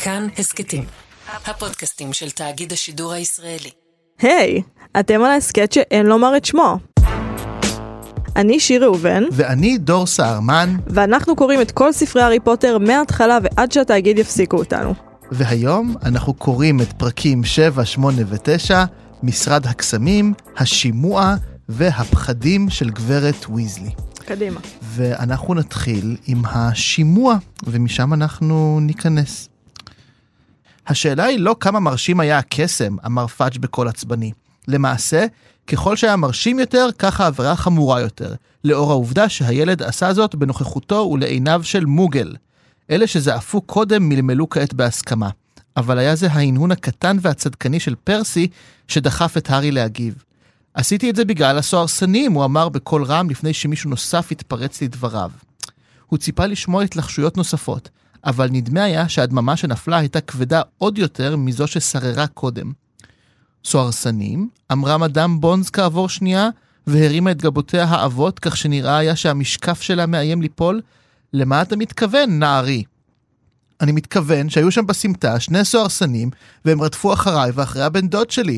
כאן הסקטים, הפודקאסטים של תאגיד השידור הישראלי. היי, אתם על ההסקט שאין לומר את שמו. אני שיר ראובן. ואני דור סהרמן. ואנחנו קוראים את כל ספרי הארי פוטר מההתחלה ועד שהתאגיד יפסיקו אותנו. והיום אנחנו קוראים את פרקים 7, 8 ו-9, משרד הקסמים, השימוע והפחדים של גברת ויזלי. קדימה. ואנחנו נתחיל עם השימוע, ומשם אנחנו ניכנס. השאלה היא לא כמה מרשים היה הקסם, אמר פאג' בקול עצבני. למעשה, ככל שהיה מרשים יותר, ככה העבירה חמורה יותר, לאור העובדה שהילד עשה זאת בנוכחותו ולעיניו של מוגל. אלה שזעפו קודם מלמלו כעת בהסכמה, אבל היה זה ההנהון הקטן והצדקני של פרסי שדחף את הארי להגיב. עשיתי את זה בגלל הסוהרסנים, הוא אמר בקול רם לפני שמישהו נוסף התפרץ לדבריו. הוא ציפה לשמוע התלחשויות נוספות, אבל נדמה היה שהדממה שנפלה הייתה כבדה עוד יותר מזו ששררה קודם. סוהרסנים, אמרה מדאם בונז כעבור שנייה, והרימה את גבותיה האבות, כך שנראה היה שהמשקף שלה מאיים ליפול. למה אתה מתכוון, נערי? אני מתכוון שהיו שם בסמטה שני סוהרסנים, והם רדפו אחריי ואחרי הבן דוד שלי.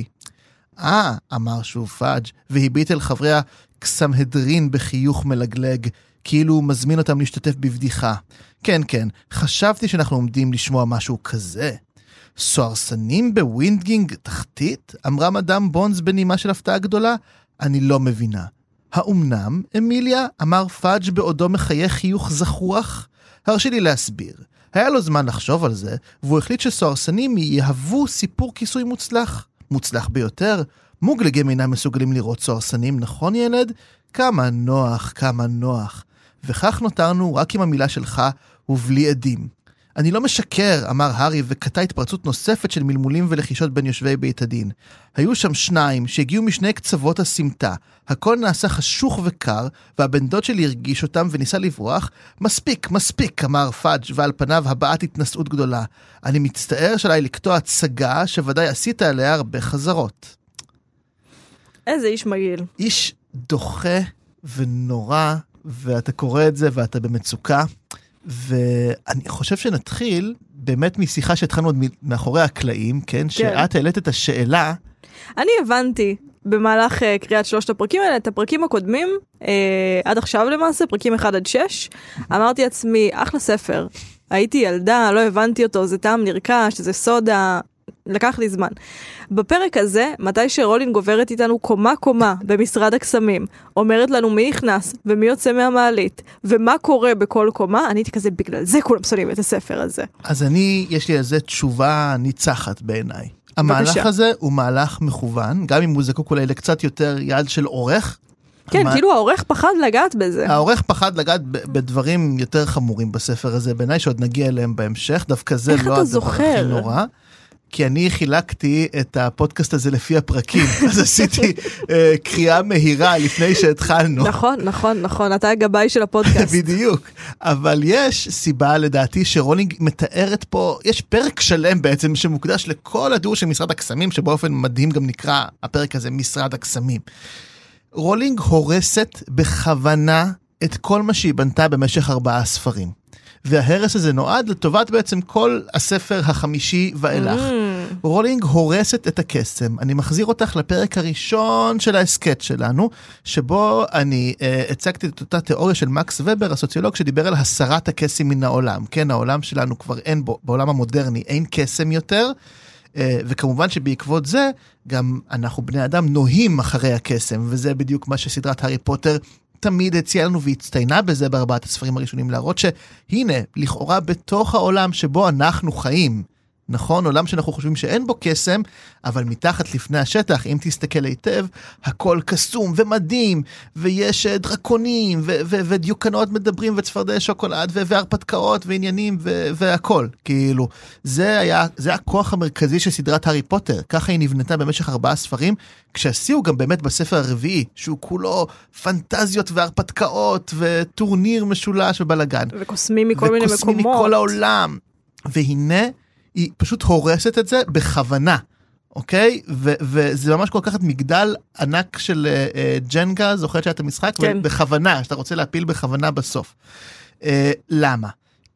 אמר שוב פאג' והביט אל חברי הקסמהדרין בחיוך מלגלג, כאילו הוא מזמין אותם להשתתף בבדיחה. כן, חשבתי שאנחנו עומדים לשמוע משהו כזה. סוהרסנים בווינדגינג תחתית? אמרה מדאם בונז בנימה של הפתעה גדולה. אני לא מבינה. האומנם, אמיליה? אמר פאג' בעודו מחייך חיוך זחוח. הרשי לי להסביר. היה לו זמן לחשוב על זה, והוא החליט שסוהרסנים יהוו סיפור כיסוי מוצלח. מוצלח ביותר. מוגלגים אינם מסוגלים לראות סוהרסנים, נכון ילד? כמה נוח. וכך נותרנו רק עם המילה שלך ובלי עדים. אני לא משקר, אמר הארי, וקטע התפרצות נוספת של מלמולים ולחישות בין יושבי בית הדין. היו שם שניים שהגיעו משני קצוות הסמטה. הכל נעשה חשוך וקר, והבן דוד שלי הרגיש אותם וניסה לברוח. מספיק, אמר פאג' ועל פניו הבעת התנשאות גדולה. אני מצטער שעליי לקטוע הצגה שוודאי עשית עליה הרבה חזרות. איזה איש מגעיל. איש דוחה ונורא, ואתה קורא את זה ואתה במצוקה. ואני חושב שנתחיל באמת משיחה שהתחלנו עוד מאחורי הקלעים, כן? שאת העלית את השאלה. אני הבנתי במהלך קריאת שלושת הפרקים האלה, את הפרקים הקודמים, עד עכשיו למעשה, פרקים 1-6, אמרתי לעצמי, אחלה ספר, הייתי ילדה, לא הבנתי אותו, זה טעם נרכש, זה סודה, לקח לי זמן. בפרק הזה, מתי שרולינג עוברת איתנו קומה במשרד הקסמים, אומרת לנו מי נכנס ומי יוצא מהמעלית, ומה קורה בכל קומה, אני הייתי כזה, בגלל זה כולם שונאים את הספר הזה. אז יש לי על זה תשובה ניצחת בעיניי. המהלך הזה הוא מהלך מכוון, גם אם הוא זקוק אולי לקצת יותר יד של עורך. כן, כאילו העורך פחד לגעת בזה. העורך פחד לגעת בדברים יותר חמורים בספר הזה, בעיניי שעוד נגיע אליהם בהמשך, דווקא זה לא הדבר הכי נורא. כי אני חילקתי את הפודקאסט הזה לפי הפרקים, אז עשיתי קריאה מהירה לפני שהתחלנו. נכון, אתה הגבאי של הפודקאסט. בדיוק, אבל יש סיבה לדעתי שרולינג מתארת פה, יש פרק שלם בעצם שמוקדש לכל הדור של משרד הקסמים, שבאופן מדהים גם נקרא הפרק הזה משרד הקסמים. רולינג הורסת בכוונה את כל מה שהיא בנתה במשך 4 ספרים. וההרס הזה נועד לטובת בעצם כל הספר החמישי ואילך. רולינג הורסת את הקסם. אני מחזיר אותך לפרק הראשון של ההסקט שלנו, שבו אני הצגתי את אותה תיאוריה של מקס ובר, הסוציולוג, שדיבר על הסרת הקסם מן העולם. כן, העולם שלנו כבר אין בו, בעולם המודרני אין קסם יותר, וכמובן שבעקבות זה, גם אנחנו בני אדם נוהים אחרי הקסם, וזה בדיוק מה שסדרת הארי פוטר תמיד הציעה לנו והצטיינה בזה ב4 הספרים הראשונים, להראות שהנה, לכאורה בתוך העולם שבו אנחנו חיים, נכון? עולם שאנחנו חושבים שאין בו קסם, אבל מתחת לפני השטח, אם תסתכל היטב, הכל קסום ומדהים, ויש דרקונים, ודיוקנות מדברים, וצפרדעי שוקולד, והרפתקאות, ועניינים, והכל. כאילו, זה הכוח המרכזי של סדרת הארי פוטר. ככה היא נבנתה במשך 4 ספרים, כשעשיהו גם באמת בספר הרביעי, שהוא כולו פנטזיות והרפתקאות, וטורניר משולש ובלגן. וקוסמים מכל מיני מקומות. וקוסמים מכל העולם. והנה, היא פשוט הורסת את זה בכוונה, אוקיי? וזה ממש כל כך את מגדל ענק של ג'נגה, זוכרת שהיה את המשחק? כן. בכוונה, שאתה רוצה להפיל בכוונה בסוף. למה?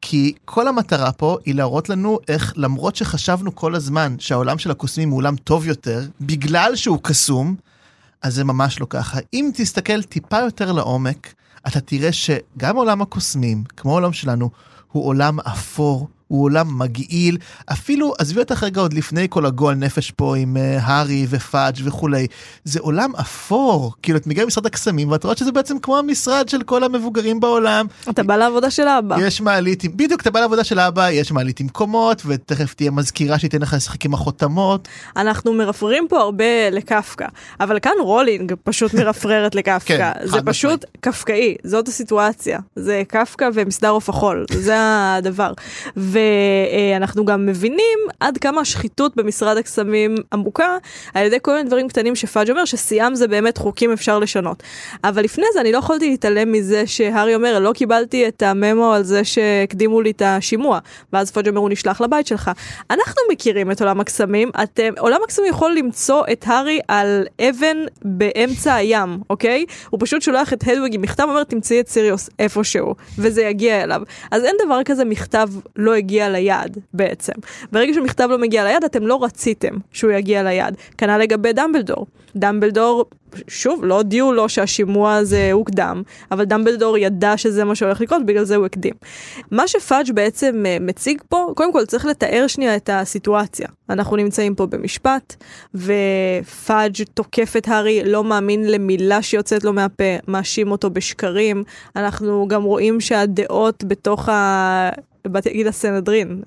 כי כל המטרה פה היא להראות לנו איך, למרות שחשבנו כל הזמן שהעולם של הקוסמים הוא עולם טוב יותר, בגלל שהוא קסום, אז זה ממש לא ככה. אם תסתכל טיפה יותר לעומק, אתה תראה שגם עולם הקוסמים, כמו העולם שלנו, הוא עולם אפור, הוא עולם מגעיל, אפילו, עזבי אותך רגע עוד לפני כל הגועל נפש פה עם הארי ופאג' וכולי, זה עולם אפור, כאילו את מגיעה למשרד הקסמים, ואת רואה שזה בעצם כמו המשרד של כל המבוגרים בעולם. אתה בא לעבודה של אבא. יש מעלית, בדיוק אתה בא לעבודה של אבא, יש מעלית עם קומות, ותכף תהיה מזכירה שתיתן לך לשחק עם החותמות. אנחנו מרפררים פה הרבה לקפקא, אבל כאן רולינג פשוט מרפררת לקפקא. כן, זה פשוט קפקאי, זאת הסיטואציה. זה קפקא ומסדר עוף החול, זה הדבר. ואנחנו גם מבינים עד כמה השחיתות במשרד הקסמים עמוקה, על ידי כל מיני דברים קטנים שפאג' אומר, שסיים זה באמת חוקים אפשר לשנות. אבל לפני זה אני לא יכולתי להתעלם מזה שהארי אומר, לא קיבלתי את הממו על זה שהקדימו לי את השימוע, ואז פאג' אומר, הוא נשלח לבית שלך. אנחנו מכירים את עולם הקסמים, עולם הקסמים יכול למצוא את הארי על אבן באמצע הים, אוקיי? הוא פשוט שולח את הדוויג עם מכתב, אומר, תמצאי את סיריוס איפשהו, וזה יגיע אליו. אז אין דבר כזה מכתב לא הגיע ליעד בעצם. ברגע שמכתב לא מגיע ליעד, אתם לא רציתם שהוא יגיע ליעד. כנ"ל לגבי דמבלדור. דמבלדור, שוב, לא הודיעו לו שהשימוע הזה הוקדם, אבל דמבלדור ידע שזה מה שהולך לקרות, בגלל זה הוא הקדים. מה שפאג' בעצם מציג פה, קודם כל צריך לתאר שנייה את הסיטואציה. אנחנו נמצאים פה במשפט, ופאג' תוקף את הארי, לא מאמין למילה שיוצאת לו מהפה, מאשים אותו בשקרים. אנחנו גם רואים שהדעות בתוך באתי להגיד הסנהדרין,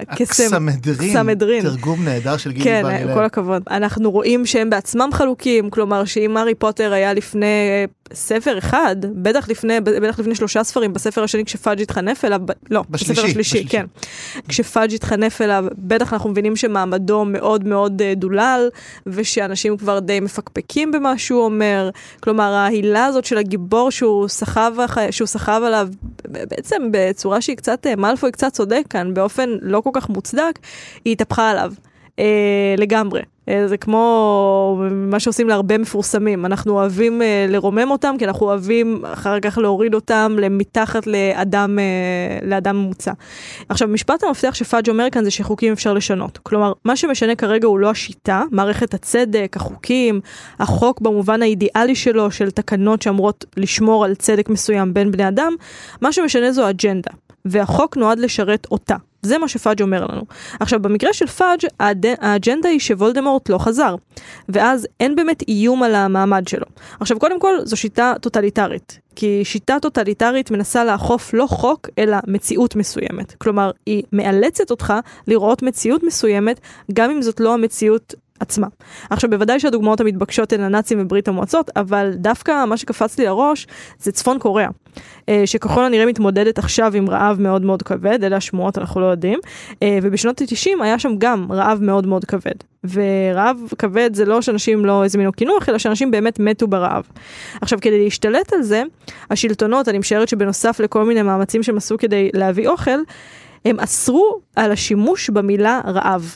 סמדרין, תרגום נהדר של גילי כן, בר-אילן. כל הכבוד. אנחנו רואים שהם בעצמם חלוקים, כלומר שאם הארי פוטר היה לפני ספר אחד, בטח לפני 3 ספרים, בספר השני כשפאג' התחנף אליו, לא, בספר השלישי, כן. כשפאג' התחנף אליו, בטח אנחנו מבינים שמעמדו מאוד מאוד דולל, ושאנשים כבר די מפקפקים במה שהוא אומר, כלומר ההילה הזאת של הגיבור שהוא סחב עליו, בעצם בצורה שהיא קצת, מאלפוי קצת צודק כאן, באופן לא כל כך מוצדק, היא התהפכה עליו. לגמרי. זה כמו מה שעושים להרבה מפורסמים. אנחנו אוהבים לרומם אותם, כי אנחנו אוהבים אחר כך להוריד אותם מתחת לאדם ממוצע. עכשיו, משפט המפתח שפאג' אומר כאן זה שחוקים אפשר לשנות. כלומר, מה שמשנה כרגע הוא לא השיטה, מערכת הצדק, החוקים, החוק במובן האידיאלי שלו, של תקנות שאמורות לשמור על צדק מסוים בין בני אדם, מה שמשנה זו אג'נדה. והחוק נועד לשרת אותה. זה מה שפאג' אומר לנו. עכשיו, במקרה של פאג' האג'נדה היא שוולדמורט לא חזר, ואז אין באמת איום על המעמד שלו. עכשיו, קודם כל, זו שיטה טוטליטרית, כי שיטה טוטליטרית מנסה לאכוף לא חוק, אלא מציאות מסוימת. כלומר, היא מאלצת אותך לראות מציאות מסוימת, גם אם זאת לא המציאות עצמה. עכשיו, בוודאי שהדוגמאות המתבקשות הן הנאצים וברית המועצות, אבל דווקא מה שקפץ לי לראש זה צפון קוריאה, שככל הנראה מתמודדת עכשיו עם רעב מאוד מאוד כבד, אלה השמועות, אנחנו לא יודעים, ובשנות ה-90 היה שם גם רעב מאוד מאוד כבד. ורעב כבד זה לא שאנשים לא הזמינו קינוח, אלא שאנשים באמת מתו ברעב. עכשיו, כדי להשתלט על זה, השלטונות, אני משערת שבנוסף לכל מיני מאמצים שהם עשו כדי להביא אוכל, הם אסרו על השימוש במילה רעב.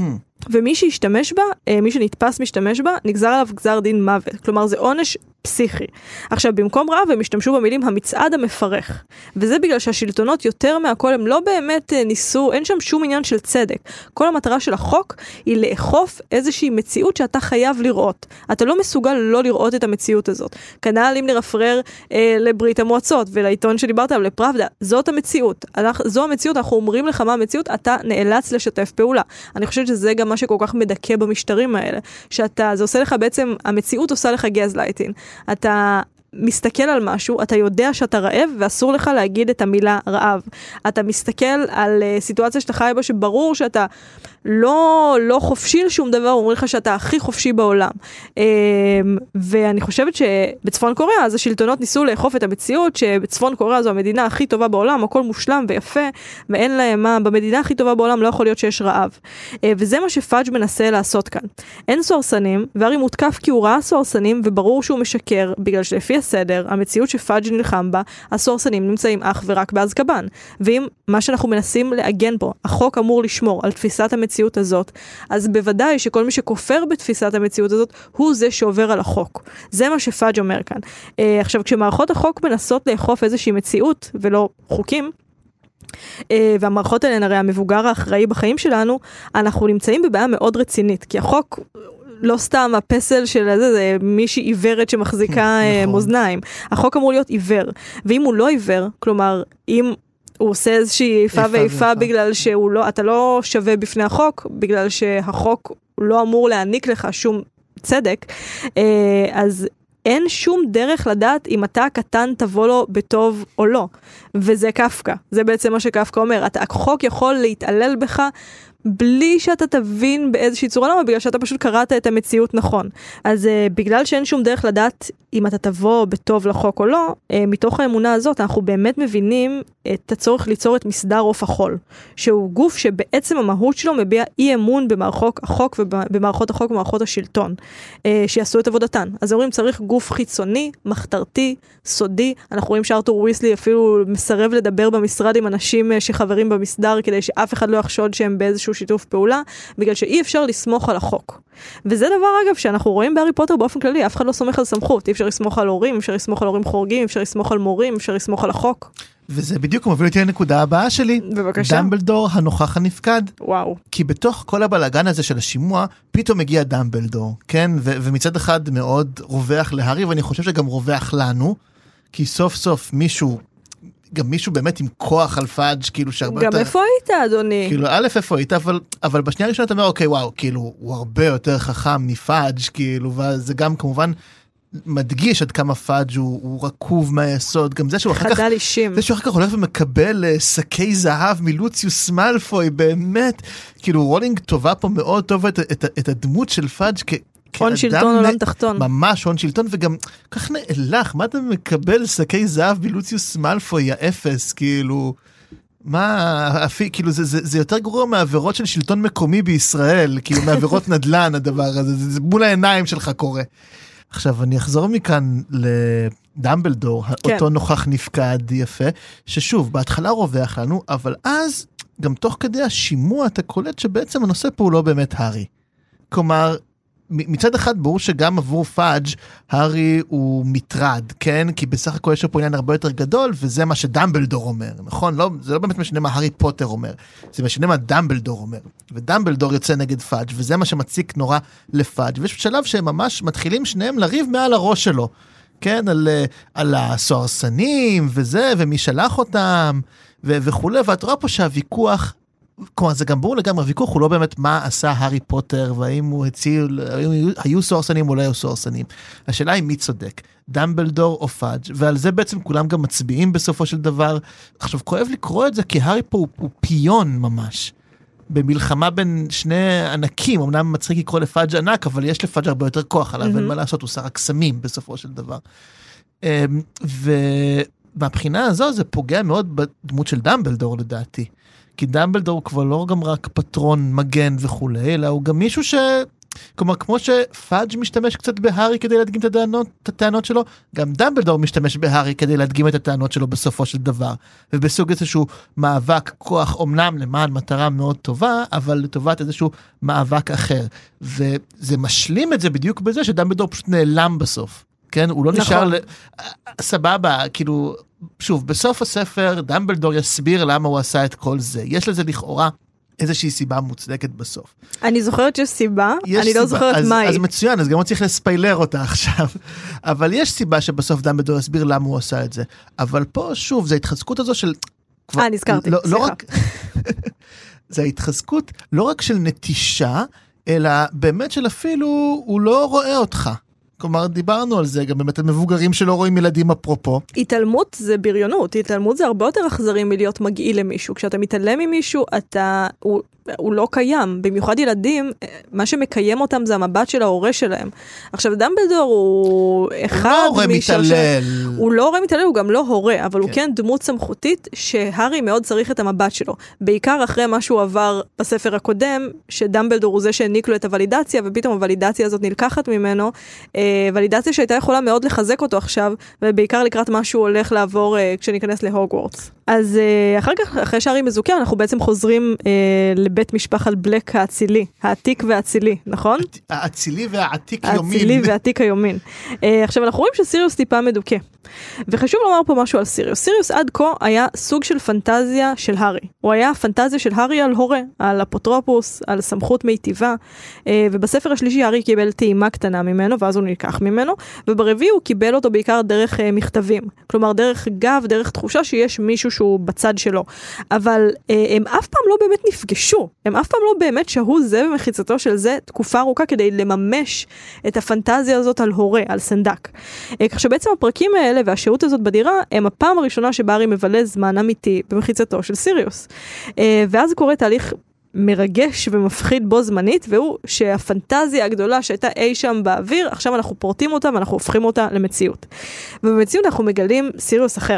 ומי שהשתמש בה, מי שנתפס משתמש בה, נגזר עליו גזר דין מוות. כלומר, זה עונש פסיכי. עכשיו, במקום רעב, הם השתמשו במילים המצעד המפרך. וזה בגלל שהשלטונות יותר מהכל, הם לא באמת ניסו, אין שם שום עניין של צדק. כל המטרה של החוק היא לאכוף איזושהי מציאות שאתה חייב לראות. אתה לא מסוגל לא לראות את המציאות הזאת. כנ"ל אם נרפרר לברית המועצות ולעיתון שדיברת עליו, לפראבדה, זאת המציאות. זו המציאות, אנחנו אומרים לך מה המציאות, אתה נאלץ לשתף פעולה. אני חושבת שזה גם מה שכל כך מדכא במשטרים האלה. זה עושה לך בעצם, המציאות עושה לך גזלייטינג. אתה מסתכל על משהו, אתה יודע שאתה רעב, ואסור לך להגיד את המילה רעב. אתה מסתכל על סיטואציה שאתה חי בה, שברור שאתה לא חופשי לשום דבר, אומרים לך שאתה הכי חופשי בעולם. ואני חושבת שבצפון קוריאה, אז השלטונות ניסו לאכוף את המציאות, שבצפון קוריאה זו המדינה הכי טובה בעולם, הכל מושלם ויפה, ואין להם מה, במדינה הכי טובה בעולם לא יכול להיות שיש רעב. וזה מה שפאג' מנסה לעשות כאן. אין סוהרסנים, והארי מותקף כי הוא ראה סוהרסנים, וברור שהוא משקר, בגלל שלפי הסדר, המציאות שפאג' נלחם בה, הסוהרסנים נמצאים אך ורק באזקבאן. ואם מה שאנחנו מנסים לעגן פה, החוק אמור לשמור על תפיסת המציאות הזאת, אז בוודאי שכל מי שכופר בתפיסת המציאות הזאת, הוא זה שעובר על החוק. זה מה שפאג' אומר כאן. עכשיו, כשמערכות החוק מנסות לאכוף איזושהי מציאות, ולא חוקים, והמערכות האלה הרי המבוגר האחראי בחיים שלנו, אנחנו נמצאים בבעיה מאוד רצינית, כי החוק לא סתם הפסל של זה מישהי עיוורת שמחזיקה מאזניים. החוק אמור להיות עיוור, ואם הוא לא עיוור, כלומר, אם הוא עושה איזושהי איפה ואיפה בגלל אתה לא שווה בפני החוק, בגלל שהחוק לא אמור להעניק לך שום צדק, אז אין שום דרך לדעת אם אתה הקטן תבוא לו בטוב או לא. וזה קפקא. זה בעצם מה שקפקא אומר. החוק יכול להתעלל בך בלי שאתה תבין באיזושהי צורה, למה? בגלל שאתה פשוט קראת את המציאות נכון. אז בגלל שאין שום דרך לדעת אם אתה תבוא בטוב לחוק או לא, מתוך האמונה הזאת אנחנו באמת מבינים את הצורך ליצור את מסדר עוף החול, שהוא גוף שבעצם המהות שלו מביע אי אמון במערכות החוק ובמערכות השלטון, שיעשו את עבודתן. אז אומרים צריך גוף חיצוני, מחתרתי, סודי. אנחנו רואים שארתור ויסלי אפילו מסרב לדבר במשרד עם אנשים שחברים במסדר, כדי שאף אחד לא יחשוד שהם באיזשהו שיתוף פעולה, בגלל שאי אפשר לסמוך על החוק. וזה דבר אגב שאנחנו רואים בהארי פוטר באופן כללי, אף אחד לא סומך על סמכות, אי אפשר לסמוך על הורים, אפשר לסמוך על הורים חורגים, אפשר לסמוך על מורים, אפשר לסמוך על החוק. וזה בדיוק מוביל אותי לנקודה הבאה שלי. בבקשה. דמבלדור הנוכח הנפקד. וואו. כי בתוך כל הבלגן הזה של השימוע, פתאום מגיע דמבלדור, כן? ומצד אחד מאוד רווח להארי, ואני חושב שגם רווח לנו, כי סוף סוף מישהו באמת עם כוח על פאג' כאילו שהרבה יותר... גם איפה היית, אדוני? כאילו, א', איפה היית, אבל בשנייה הראשונה אתה אומר, אוקיי, וואו, כאילו, הוא הרבה יותר חכם מפאג' כאילו, וזה גם כמובן מדגיש עד כמה פאג' הוא רקוב מהיסוד, גם זה שהוא אחר כך... חדל אישים. זה שהוא אחר כך הולך ומקבל שקי זהב מלוציוס מאלפוי, באמת, כאילו, רולינג טובה פה מאוד טוב את הדמות של פאג' הון שלטון עולם תחתון. ממש הון שלטון, וגם כך נאלך, מה אתה מקבל שקי זהב מלוציוס מאלפוי, האפס, כאילו, מה, כאילו, זה יותר גרוע מהעבירות של שלטון מקומי בישראל, כאילו, מעבירות נדל"ן, הדבר הזה, זה מול העיניים שלך קורה. עכשיו, אני אחזור מכאן לדמבלדור, אותו נוכח נפקד יפה, ששוב, בהתחלה רווח לנו, אבל אז, גם תוך כדי השימוע, אתה קולט שבעצם הנושא פה הוא לא באמת הארי. כלומר, מצד אחד ברור שגם עבור פאג' הארי הוא מטרד, כן? כי בסך הכל יש פה עניין הרבה יותר גדול, וזה מה שדמבלדור אומר, נכון? לא, זה לא באמת משנה מה הארי פוטר אומר, זה משנה מה דמבלדור אומר, ודמבלדור יוצא נגד פאג' וזה מה שמציק נורא לפאג', ויש שלב שהם ממש מתחילים שניהם לריב מעל הראש שלו, כן? על הסוהרסנים וזה, ומי שלח אותם, וכולי, ואת רואה פה שהוויכוח, כלומר, זה גם ברור לגמרי, הוויכוח הוא לא באמת מה עשה הארי פוטר, והאם הוא הציל, היו סוהרסנים או לא היו סוהרסנים. השאלה היא מי צודק, דמבלדור או פאג', ועל זה בעצם כולם גם מצביעים בסופו של דבר. עכשיו, כואב לקרוא את זה, כי הארי פה הוא פיון ממש, במלחמה בין שני ענקים, אמנם מצחיק לקרוא לפאג' ענק, אבל יש לפאג' הרבה יותר כוח עליו, ואין מה לעשות, הוא שר הקסמים בסופו של דבר. ומהבחינה הזו, זה פוגע מאוד בדמות של דמבלדור לדעתי. כי דמבלדור כבר לא גם רק פטרון מגן וכולי, אלא הוא גם מישהו כלומר, כמו שפאג' משתמש קצת בהארי כדי להדגים את הטענות שלו, גם דמבלדור משתמש בהארי כדי להדגים את הטענות שלו בסופו של דבר. ובסוג איזשהו מאבק כוח אומנם למען מטרה מאוד טובה, אבל לטובת איזשהו מאבק אחר. וזה משלים את זה בדיוק בזה שדמבלדור פשוט נעלם בסוף. כן? הוא לא נשאר סבבה, כאילו, שוב, בסוף הספר דמבלדור יסביר למה הוא עשה את כל זה. יש לזה לכאורה איזושהי סיבה מוצדקת בסוף. אני זוכרת שיש סיבה, אני לא זוכרת מהי. אז מצוין, אז גם לא צריך לספיילר אותה עכשיו. אבל יש סיבה שבסוף דמבלדור יסביר למה הוא עשה את זה. אבל פה, שוב, זה ההתחזקות הזו של... נזכרתי, סליחה. זה ההתחזקות לא רק של נטישה, אלא באמת של אפילו הוא לא רואה אותך. כלומר, דיברנו על זה, גם באמת המבוגרים שלא רואים ילדים אפרופו. התעלמות זה בריונות, התעלמות זה הרבה יותר אכזרי מלהיות מגעיל למישהו. כשאתה מתעלם ממישהו, הוא לא קיים. במיוחד ילדים, מה שמקיים אותם זה המבט של ההורה שלהם. עכשיו, דמבלדור הוא אחד... הוא לא הורה מתעלל. הוא לא הורה מתעלל, הוא גם לא הורה, אבל הוא כן דמות סמכותית שהארי מאוד צריך את המבט שלו. בעיקר אחרי מה שהוא עבר בספר הקודם, שדמבלדור הוא זה שהעניק לו את הוולידציה, ופתאום הוולידציה הזאת נלקחת ממנו, ולידציה שהייתה יכולה מאוד לחזק אותו עכשיו, ובעיקר לקראת מה שהוא הולך לעבור כשניכנס להוגוורטס. אז אחר כך, אחרי שהארי מזוכה, אנחנו בעצם חוזרים בבית משפחת בלק האצילי, העתיק והאצילי, נכון? האצילי והעתיק יומין. האצילי והעתיק היומין. עכשיו אנחנו רואים שסיריוס טיפה מדוכא. וחשוב לומר פה משהו על סיריוס. סיריוס עד כה היה סוג של פנטזיה של הארי. הוא היה פנטזיה של הארי על הורה, על אפוטרופוס, על סמכות מיטיבה, ובספר השלישי הארי קיבל טעימה קטנה ממנו, ואז הוא נלקח ממנו, וברביעי הוא קיבל אותו בעיקר דרך מכתבים. כלומר, דרך גב, דרך תחושה שיש מישהו שהוא בצד שלו. אבל הם אף פעם לא באמת נפגשו. הם אף פעם לא באמת שהו זה במחיצתו של זה תקופה ארוכה כדי לממש את הפנטזיה הזאת על הורה, על סנדק. כך שבעצם הפרקים האלה והשהות הזאת בדירה הם הפעם הראשונה שבה הארי מבלה זמן אמיתי במחיצתו של סיריוס. ואז קורה תהליך מרגש ומפחיד בו זמנית, והוא שהפנטזיה הגדולה שהייתה אי שם באוויר, עכשיו אנחנו פורטים אותה ואנחנו הופכים אותה למציאות. ובמציאות אנחנו מגלים סיריוס אחר.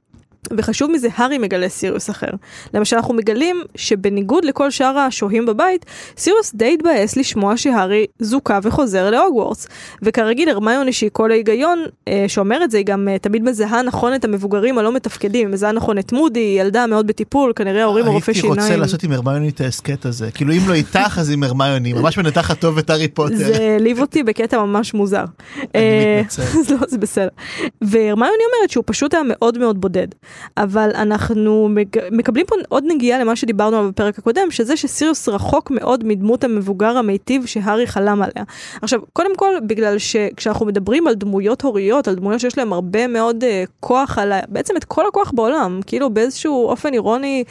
וחשוב מזה, הארי מגלה סיריוס אחר. למשל, אנחנו מגלים שבניגוד לכל שאר השוהים בבית, סיריוס די התבאס לשמוע שהארי זוכה וחוזר להוגוורטס. וכרגיל, הרמיוני שהיא כל ההיגיון שאומר את זה, היא גם תמיד מזהה נכון את המבוגרים הלא מתפקדים. מזהה נכון את מודי, ילדה מאוד בטיפול, כנראה ההורים או רופא שיניים. הייתי רוצה לעשות עם הרמיוני את ההסקט הזה. כאילו אם לא איתך, אז עם הרמיוני. ממש מנתחת טוב את הארי פוטר. זה ליב אותי בקטע ממש מוזר. אני מתנצל. לא, זה בסדר. והרמיוני אומרת שהוא פשוט היה מאוד מאוד בודד. אבל אנחנו מקבלים פה עוד נגיעה למה שדיברנו עליו בפרק הקודם, שזה שסיריוס רחוק מאוד מדמות המבוגר המיטיב שהארי חלם עליה. עכשיו, קודם כל, בגלל שכשאנחנו מדברים על דמויות הוריות, על דמויות שיש להם הרבה מאוד כוח, בעצם את כל הכוח בעולם, כאילו באיזשהו אופן אירוני,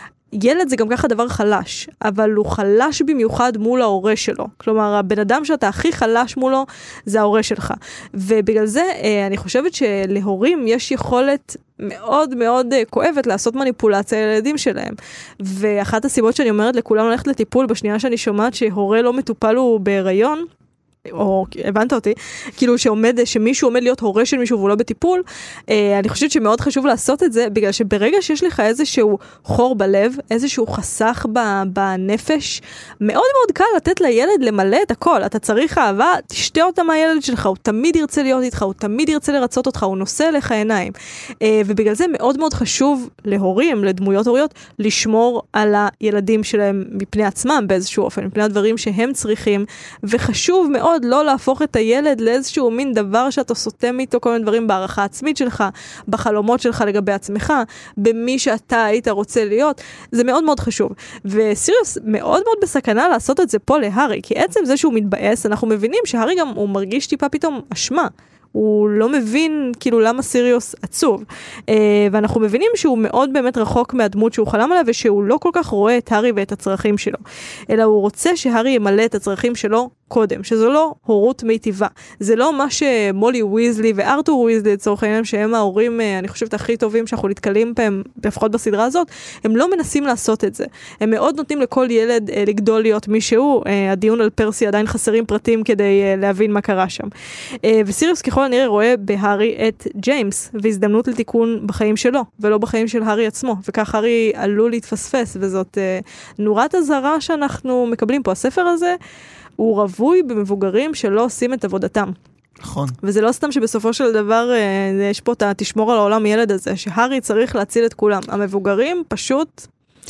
ילד זה גם ככה דבר חלש, אבל הוא חלש במיוחד מול ההורה שלו. כלומר, הבן אדם שאתה הכי חלש מולו, זה ההורה שלך. ובגלל זה, אני חושבת שלהורים יש יכולת מאוד מאוד כואבת לעשות מניפולציה לילדים שלהם. ואחת הסיבות שאני אומרת לכולם ללכת לטיפול, בשנייה שאני שומעת שהורה לא מטופל הוא בהיריון, או הבנת אותי, כאילו שמישהו עומד להיות הורה של מישהו והוא לא בטיפול, אני חושבת שמאוד חשוב לעשות את זה, בגלל שברגע שיש לך איזשהו חור בלב, איזשהו חסך בנפש, מאוד מאוד קל לתת לילד למלא את הכל. אתה צריך אהבה, תשתה אותה מהילד שלך, הוא תמיד ירצה להיות איתך, הוא תמיד ירצה לרצות אותך, הוא נושא לך עיניים. ובגלל זה מאוד מאוד חשוב להורים, לדמויות הוריות, לשמור על הילדים שלהם מפני עצמם באיזשהו אופן, מפני הדברים שהם צריכים, וחשוב מאוד לא להפוך את הילד לאיזשהו מין דבר שאתה סותם איתו כל מיני דברים בערכה עצמית שלך, בחלומות שלך לגבי עצמך, במי שאתה היית רוצה להיות. זה מאוד מאוד חשוב. וסיריוס מאוד מאוד בסכנה לעשות את זה פה להארי, כי עצם זה שהוא מתבאס, אנחנו מבינים שהארי גם הוא מרגיש טיפה פתאום אשמה. הוא לא מבין כאילו למה סיריוס עצוב. ואנחנו מבינים שהוא מאוד באמת רחוק מהדמות שהוא חלם עליה, ושהוא לא כל כך רואה את הארי ואת הצרכים שלו. אלא הוא רוצה שהארי ימלא את הצרכים שלו קודם, שזו לא הורות מיטיבה. זה לא מה שמולי ויזלי וארתור ויזלי לצורך העניין, שהם ההורים, אני חושבת, הכי טובים שאנחנו נתקלים בהם, לפחות בסדרה הזאת, הם לא מנסים לעשות את זה. הם מאוד נותנים לכל ילד לגדול להיות מישהו. הדיון על פרסי עדיין חסרים פרטים כדי להבין מה קרה שם. וסיריוס ככל הנראה רואה בהארי את ג'יימס, והזדמנות לתיקון בחיים שלו, ולא בחיים של הארי עצמו. וכך הארי עלול להתפספס, וזאת נורת הזרה שאנחנו מקבלים פה. הספר הזה הוא רווי במבוגרים שלא עושים את עבודתם. נכון. וזה לא סתם שבסופו של דבר יש פה תשמור על העולם ילד הזה, שהארי צריך להציל את כולם. המבוגרים פשוט,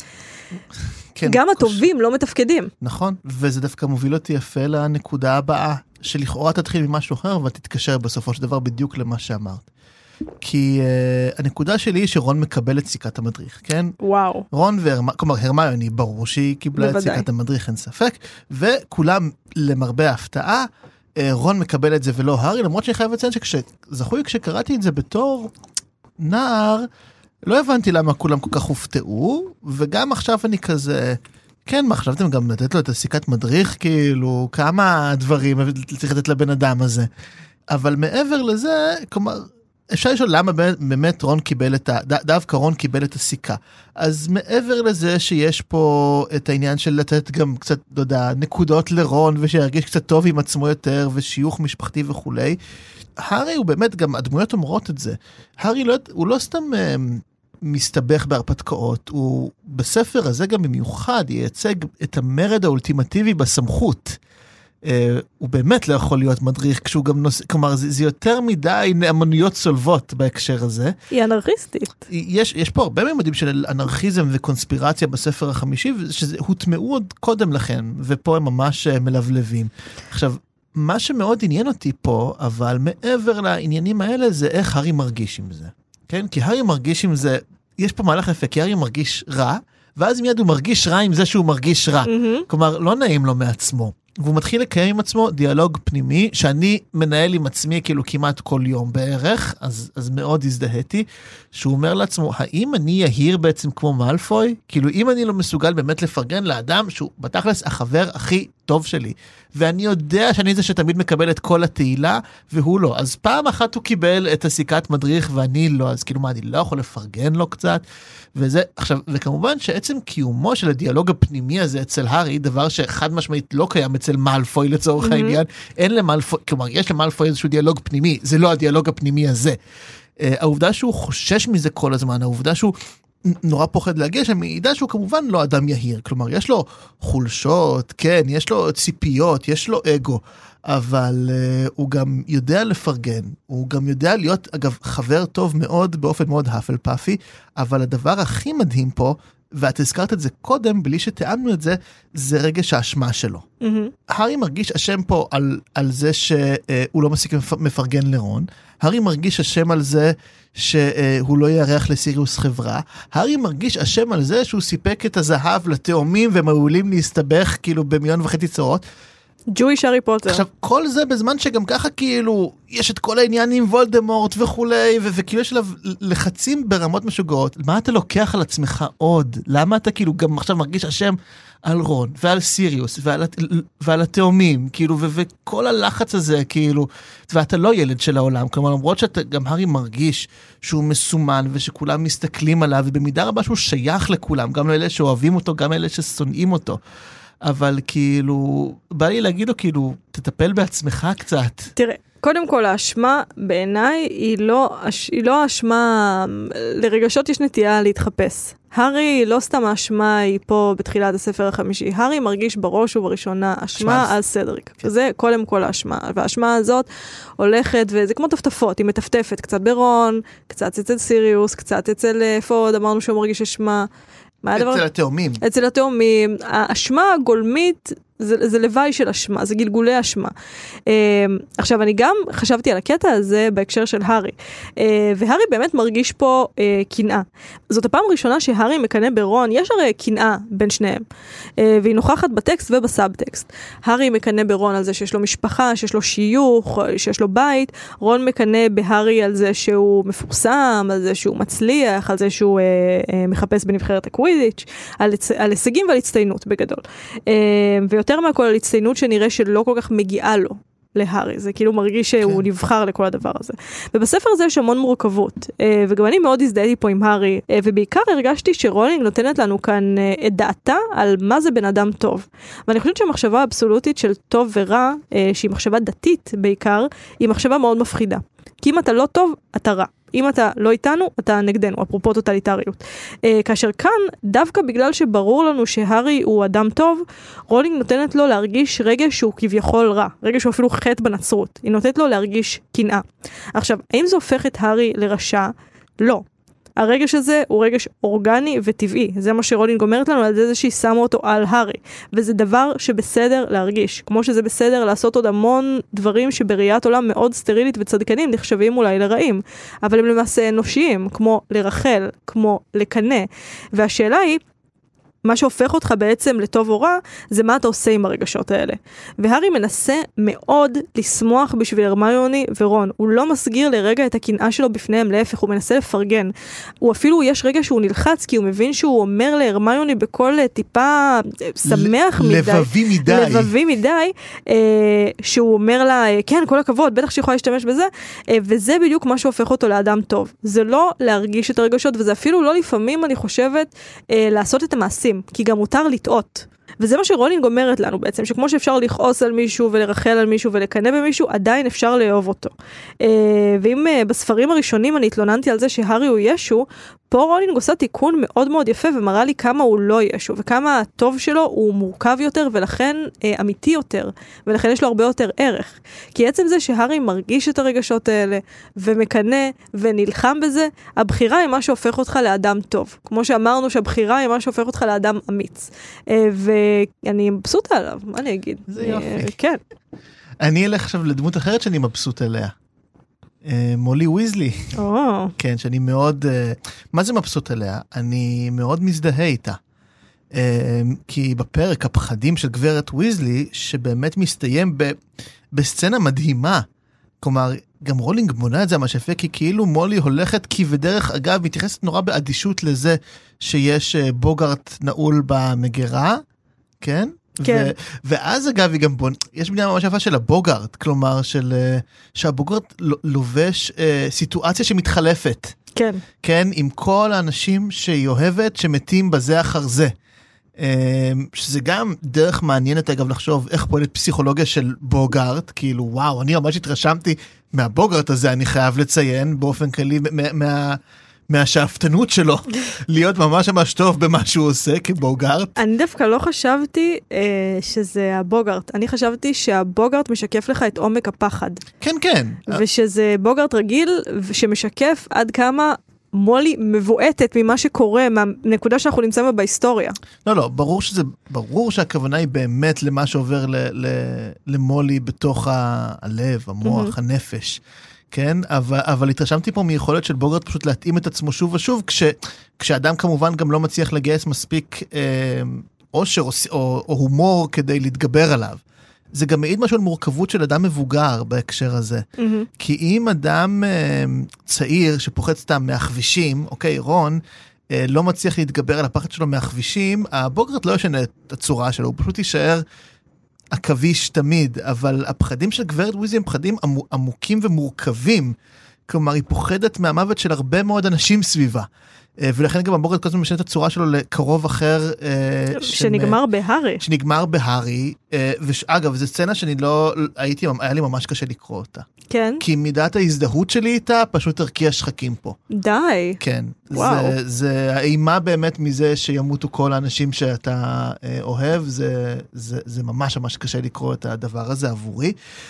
כן, גם הטובים לא מתפקדים. נכון, וזה דווקא מוביל אותי יפה לנקודה הבאה, שלכאורה תתחיל ממשהו אחר, ותתקשר בסופו של דבר בדיוק למה שאמרת. כי הנקודה שלי היא שרון מקבל את סיכת המדריך, כן? וואו. רון כלומר הרמיוני, ברור שהיא קיבלה בוודאי. את סיכת המדריך, אין ספק, וכולם למרבה ההפתעה, רון מקבל את זה ולא הארי, למרות שאני חייב לציין שזכוי כשקראתי את זה בתור נער, לא הבנתי למה כולם כל כך הופתעו, וגם עכשיו אני כזה, כן, מה חשבתם גם לתת לו את הסיכת מדריך, כאילו, כמה דברים צריך לתת לבן אדם הזה. אבל מעבר לזה, כלומר, אפשר לשאול למה באמת רון קיבל דווקא רון קיבל את הסיכה. אז מעבר לזה שיש פה את העניין של לתת גם קצת, לא יודע, נקודות לרון, ושירגיש קצת טוב עם עצמו יותר, ושיוך משפחתי וכולי, הארי הוא באמת, גם הדמויות אומרות את זה, הארי הוא לא סתם מסתבך בהרפתקאות, הוא בספר הזה גם במיוחד ייצג את המרד האולטימטיבי בסמכות. הוא באמת לא יכול להיות מדריך, כשהוא גם נושא, כלומר, זה יותר מדי נאמנויות צולבות בהקשר הזה. היא אנרכיסטית. יש פה הרבה ממדים של אנרכיזם וקונספירציה בספר החמישי, שהוטמעו עוד קודם לכן, ופה הם ממש מלבלבים. עכשיו, מה שמאוד עניין אותי פה, אבל מעבר לעניינים האלה, זה איך הארי מרגיש עם זה. כן? כי הארי מרגיש עם זה, יש פה מהלך יפה, כי הארי מרגיש רע, ואז מיד הוא מרגיש רע עם זה שהוא מרגיש רע. כלומר, לא נעים לו מעצמו. והוא מתחיל לקיים עם עצמו דיאלוג פנימי, שאני מנהל עם עצמי כאילו כמעט כל יום בערך, אז מאוד הזדהיתי, שהוא אומר לעצמו, האם אני יהיר בעצם כמו מאלפוי? כאילו, אם אני לא מסוגל באמת לפרגן לאדם, שהוא בתכלס החבר הכי טוב שלי, ואני יודע שאני זה שתמיד מקבל את כל התהילה, והוא לא. אז פעם אחת הוא קיבל את הסיכת מדריך, ואני לא, אז כאילו מה, אני לא יכול לפרגן לו קצת? וזה, עכשיו, וכמובן שעצם קיומו של הדיאלוג הפנימי הזה אצל הארי, דבר שחד משמעית לא קיים אצל מאלפוי לצורך העניין, אין למאלפוי, כלומר, יש למאלפוי איזשהו דיאלוג פנימי, זה לא הדיאלוג הפנימי הזה. העובדה שהוא חושש מזה כל הזמן, העובדה שהוא נורא פוחד להגיע שם, מעידה שהוא כמובן לא אדם יהיר, כלומר, יש לו חולשות, כן, יש לו ציפיות, יש לו אגו, אבל הוא גם יודע לפרגן, הוא גם יודע להיות, אגב, חבר טוב מאוד, באופן מאוד האפל פאפי, אבל הדבר הכי מדהים פה, ואת הזכרת את זה קודם, בלי שתאמנו את זה, זה רגש האשמה שלו. הארי מרגיש אשם פה על זה שהוא לא מספיק מפרגן לרון, הארי מרגיש אשם על זה שהוא לא יארח לסיריוס חברה, הארי מרגיש אשם על זה שהוא סיפק את הזהב לתאומים, והם עלולים להסתבך כאילו ב1.5 צורות, ג'ויש הארי פוטר. עכשיו, כל זה בזמן שגם ככה כאילו, יש את כל העניין עם וולדמורט וכולי, וכאילו יש עליו לחצים ברמות משוגעות. מה אתה לוקח על עצמך עוד? למה אתה כאילו גם עכשיו מרגיש אשם על רון, ועל סיריוס, ועל התאומים, כאילו, וכל הלחץ הזה, כאילו, ואתה לא ילד של העולם, כלומר, למרות שאתה גם הארי מרגיש שהוא מסומן, ושכולם מסתכלים עליו, ובמידה רבה שהוא שייך לכולם, גם לאלה שאוהבים אותו, גם לאלה ששונאים אותו. אבל כאילו, בא לי להגיד לו, כאילו, תטפל בעצמך קצת. תראה, קודם כל, האשמה בעיניי היא לא האשמה, לרגשות יש נטייה להתחפש. הארי לא סתם האשמה היא פה בתחילת הספר החמישי. הארי מרגיש בראש ובראשונה אשמה על סדריק. כן. זה קודם כל האשמה. והאשמה הזאת הולכת, וזה כמו טפטפות, היא מטפטפת קצת ברון, קצת אצל סיריוס, קצת אצל פוד, אמרנו שהוא מרגיש אשמה. אצל התאומים. אצל התאומים. האשמה הגולמית זה לוואי של אשמה, זה גלגולי אשמה. עכשיו, אני גם חשבתי על הקטע הזה בהקשר של הארי, והארי באמת מרגיש פה קנאה. זאת הפעם הראשונה שהארי מקנא ברון, יש הרי קנאה בין שניהם, והיא נוכחת בטקסט ובסאבטקסט. הארי מקנא ברון על זה שיש לו משפחה, שיש לו שיוך, שיש לו בית, רון מקנא בהארי על זה שהוא מפורסם, על זה שהוא מצליח, על זה שהוא מחפש בנבחרת הקווידיץ', על הישגים ועל הצטיינות בגדול. ויותר מהכל על הצטיינות שנראה שלא כל כך מגיעה לו להארי, זה כאילו מרגיש שהוא נבחר לכל הדבר הזה. ובספר הזה יש המון מורכבות, וגם אני מאוד הזדהיתי פה עם הארי, ובעיקר הרגשתי שרולינג נותנת לנו כאן את דעתה על מה זה בן אדם טוב. ואני חושבת שהמחשבה האבסולוטית של טוב ורע, שהיא מחשבה דתית בעיקר, היא מחשבה מאוד מפחידה. כי אם אתה לא טוב, אתה רע. אם אתה לא איתנו, אתה נגדנו, אפרופו טוטליטריות. כאשר כאן, דווקא בגלל שברור לנו שהארי הוא אדם טוב, רולינג נותנת לו להרגיש רגש שהוא כביכול רע, רגש שהוא אפילו חטא בנצרות. היא נותנת לו להרגיש קנאה. עכשיו, האם זה הופך את הארי לרשע? לא. הרגש הזה הוא רגש אורגני וטבעי. זה מה שרולינג אומרת לנו, על זה שהיא שמה אותו על הארי. וזה דבר שבסדר להרגיש. כמו שזה בסדר לעשות עוד המון דברים שבראיית עולם מאוד סטרילית וצדקנים נחשבים אולי לרעים. אבל הם למעשה אנושיים, כמו לרחל, כמו לקנא. והשאלה היא, מה שהופך אותך בעצם לטוב או רע, זה מה אתה עושה עם הרגשות האלה. והארי מנסה מאוד לשמוח בשביל הרמיוני ורון. הוא לא מסגיר לרגע את הקנאה שלו בפניהם, להפך, הוא מנסה לפרגן. הוא אפילו, יש רגע שהוא נלחץ, כי הוא מבין שהוא אומר להרמיוני בכל טיפה שמח מדי. לבבי מדי, שהוא אומר לה, כן, כל הכבוד, בטח שיכולה להשתמש בזה, וזה בדיוק מה שהופך אותו לאדם טוב. זה לא להרגיש את הרגשות, וזה אפילו לא לפעמים, אני חושבת, לעשות את המעשים. כי גם מותר לטעות. וזה מה שרולינג אומרת לנו בעצם, שכמו שאפשר לכעוס על מישהו ולרחל על מישהו ולקנא במישהו, עדיין אפשר לאהוב אותו. ואם בספרים הראשונים אני התלוננתי על זה שהארי הוא ישו, פה רולינג עושה תיקון מאוד מאוד יפה, ומראה לי כמה הוא לא ישו, וכמה הטוב שלו הוא מורכב יותר, ולכן אמיתי יותר, ולכן יש לו הרבה יותר ערך. כי עצם זה שהארי מרגיש את הרגשות האלה, ומקנה, ונלחם בזה, הבחירה היא מה שהופך אותך לאדם טוב. כמו שאמרנו שהבחירה היא מה שהופך אותך לאדם אמיץ. ואני מבסוטה עליו, מה אני אגיד? זה יופי. כן. אני אלך עכשיו לדמות אחרת שאני מבסוט עליה. מולי ויזלי. כן, שאני מאוד, מה זה מבסוט עליה? אני מאוד מזדהה איתה. כי בפרק הפחדים של גברת ויזלי, שבאמת מסתיים בסצנה מדהימה. כלומר, גם רולינג בונה את זה ממש יפה, כי כאילו מולי הולכת, כי בדרך אגב מתייחסת נורא באדישות לזה שיש בוגארט נעול במגירה, כן? כן. ואז אגב היא גם יש בנייה ממש יפה של הבוגארט, כלומר שהבוגארט לובש סיטואציה שמתחלפת. כן. כן, עם כל האנשים שהיא אוהבת שמתים בזה אחר זה. שזה גם דרך מעניינת אגב לחשוב איך פועלת פסיכולוגיה של בוגארט, כאילו וואו, אני ממש התרשמתי מהבוגארט הזה, אני חייב לציין באופן כללי מהשאפתנות שלו, להיות ממש ממש טוב במה שהוא עושה כבוגארט. אני דווקא לא חשבתי שזה הבוגארט, אני חשבתי שהבוגארט משקף לך את עומק הפחד. כן, כן. ושזה בוגארט רגיל שמשקף עד כמה מולי מבועטת ממה שקורה, מהנקודה שאנחנו נמצאים בה בהיסטוריה. לא, ברור שהכוונה היא באמת למה שעובר למולי בתוך הלב, המוח, הנפש. כן, אבל התרשמתי פה מיכולת של בוגארט פשוט להתאים את עצמו שוב ושוב, כשאדם כמובן גם לא מצליח לגייס מספיק אושר או הומור כדי להתגבר עליו. זה גם מעיד משהו על מורכבות של אדם מבוגר בהקשר הזה. כי אם אדם צעיר שפוחד סתם מהכבישים, אוקיי, רון, לא מצליח להתגבר על הפחד שלו מהכבישים, הבוגארט לא ישנה את הצורה שלו, הוא פשוט יישאר הכביש תמיד, אבל הפחדים של גברת ויזלי הם פחדים עמוקים ומורכבים, כלומר היא פוחדת מהמוות של הרבה מאוד אנשים סביבה, ולכן גם הבוגארט כל הזמן משנה את הצורה שלו לקרוב אחר, שנגמר בהארי. שנגמר בהארי, ואגב, זו סצנה שאני לא, היה לי ממש קשה לקרוא אותה. כן. כי מידת ההזדהות שלי איתה פשוט הרקיע שחקים פה. די. כן. וואו. זה האימה באמת מזה שימותו כל האנשים שאתה אוהב, זה ממש ממש קשה לקרוא את הדבר הזה עבורי,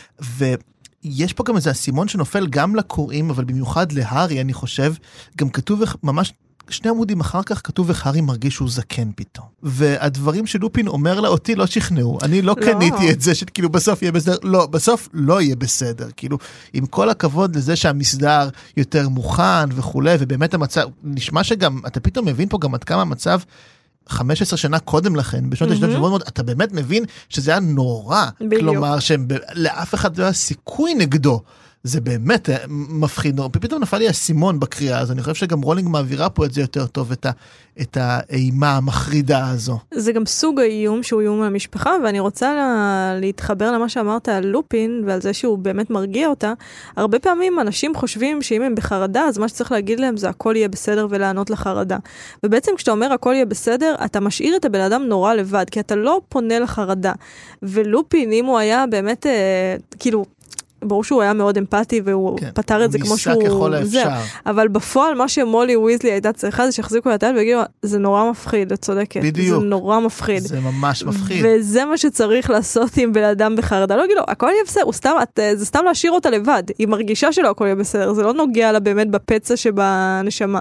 יש פה גם איזה הסימון שנופל גם לקוראים, אבל במיוחד להארי, אני חושב, גם כתוב ממש 2 עמודים אחר כך כתוב איך הארי מרגיש שהוא זקן פתאום. והדברים שלופין אומר לה, אותי לא שכנעו. אני לא קניתי את זה שכאילו בסוף יהיה בסדר. לא, בסוף לא יהיה בסדר. כאילו, עם כל הכבוד לזה שהמסדר יותר מוכן וכולי, ובאמת המצב, נשמע שגם, אתה פתאום מבין פה גם עד כמה המצב 15 שנה קודם לכן, בשנות ה-70 שבועות מאוד, אתה באמת מבין שזה היה נורא. בדיוק. כלומר, שלאף אחד לא היה סיכוי נגדו. זה באמת מפחיד, פתאום נפל לי הסימון בקריאה הזו, אני חושב שגם רולינג מעבירה פה את זה יותר טוב, את האימה המחרידה הזו. זה גם סוג האיום שהוא איום על המשפחה, ואני רוצה להתחבר למה שאמרת על לופין, ועל זה שהוא באמת מרגיע אותה. הרבה פעמים אנשים חושבים שאם הם בחרדה, אז מה שצריך להגיד להם זה הכל יהיה בסדר ולענות לחרדה. ובעצם כשאתה אומר הכל יהיה בסדר, אתה משאיר את הבן אדם נורא לבד, כי אתה לא פונה לחרדה. ולופין, אם הוא היה באמת, כאילו, ברור שהוא היה מאוד אמפתי, והוא פתר את זה כמו שהוא... ככל האפשר. אבל בפועל, מה שמולי ויזלי הייתה צריכה, זה שיחזיקו את היד ויגידו, זה נורא מפחיד, את צודקת. בדיוק. זה נורא מפחיד. זה ממש מפחיד. וזה מה שצריך לעשות עם בן אדם בחרדה. לא יגידו, הכל יהיה בסדר, זה סתם להשאיר אותה לבד. היא מרגישה שלא הכל יהיה בסדר. זה לא נוגע לה באמת בפצע שבנשמה.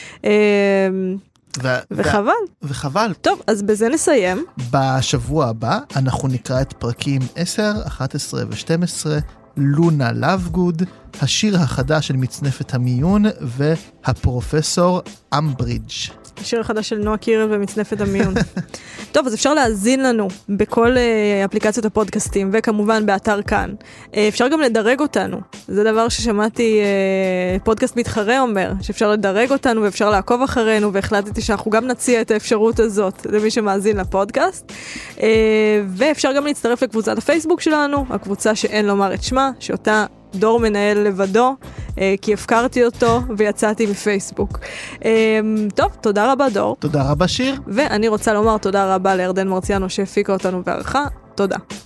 וחבל. טוב, אז בזה נסיים. בשבוע הבא אנחנו נקרא את פרקים 10, 11 ו-12, לונה לבגוד, השיר החדש של מצנפת המיון, והפרופסור אמברידג'. השיר החדש של נועה קירל ומצנפת המיון. טוב, אז אפשר להזין לנו בכל אפליקציות הפודקאסטים, וכמובן באתר כאן. אפשר גם לדרג אותנו. זה דבר ששמעתי פודקאסט מתחרה אומר, שאפשר לדרג אותנו ואפשר לעקוב אחרינו, והחלטתי שאנחנו גם נציע את האפשרות הזאת למי שמאזין לפודקאסט. ואפשר גם להצטרף לקבוצת הפייסבוק שלנו, הקבוצה שאין לומר את שמה, שאותה דור מנהל לבדו, כי הפקרתי אותו ויצאתי מפייסבוק. טוב, תודה רבה דור. תודה רבה שיר. ואני רוצה לומר תודה רבה לירדן מרציאנו שהפיקה אותנו וערכה. תודה.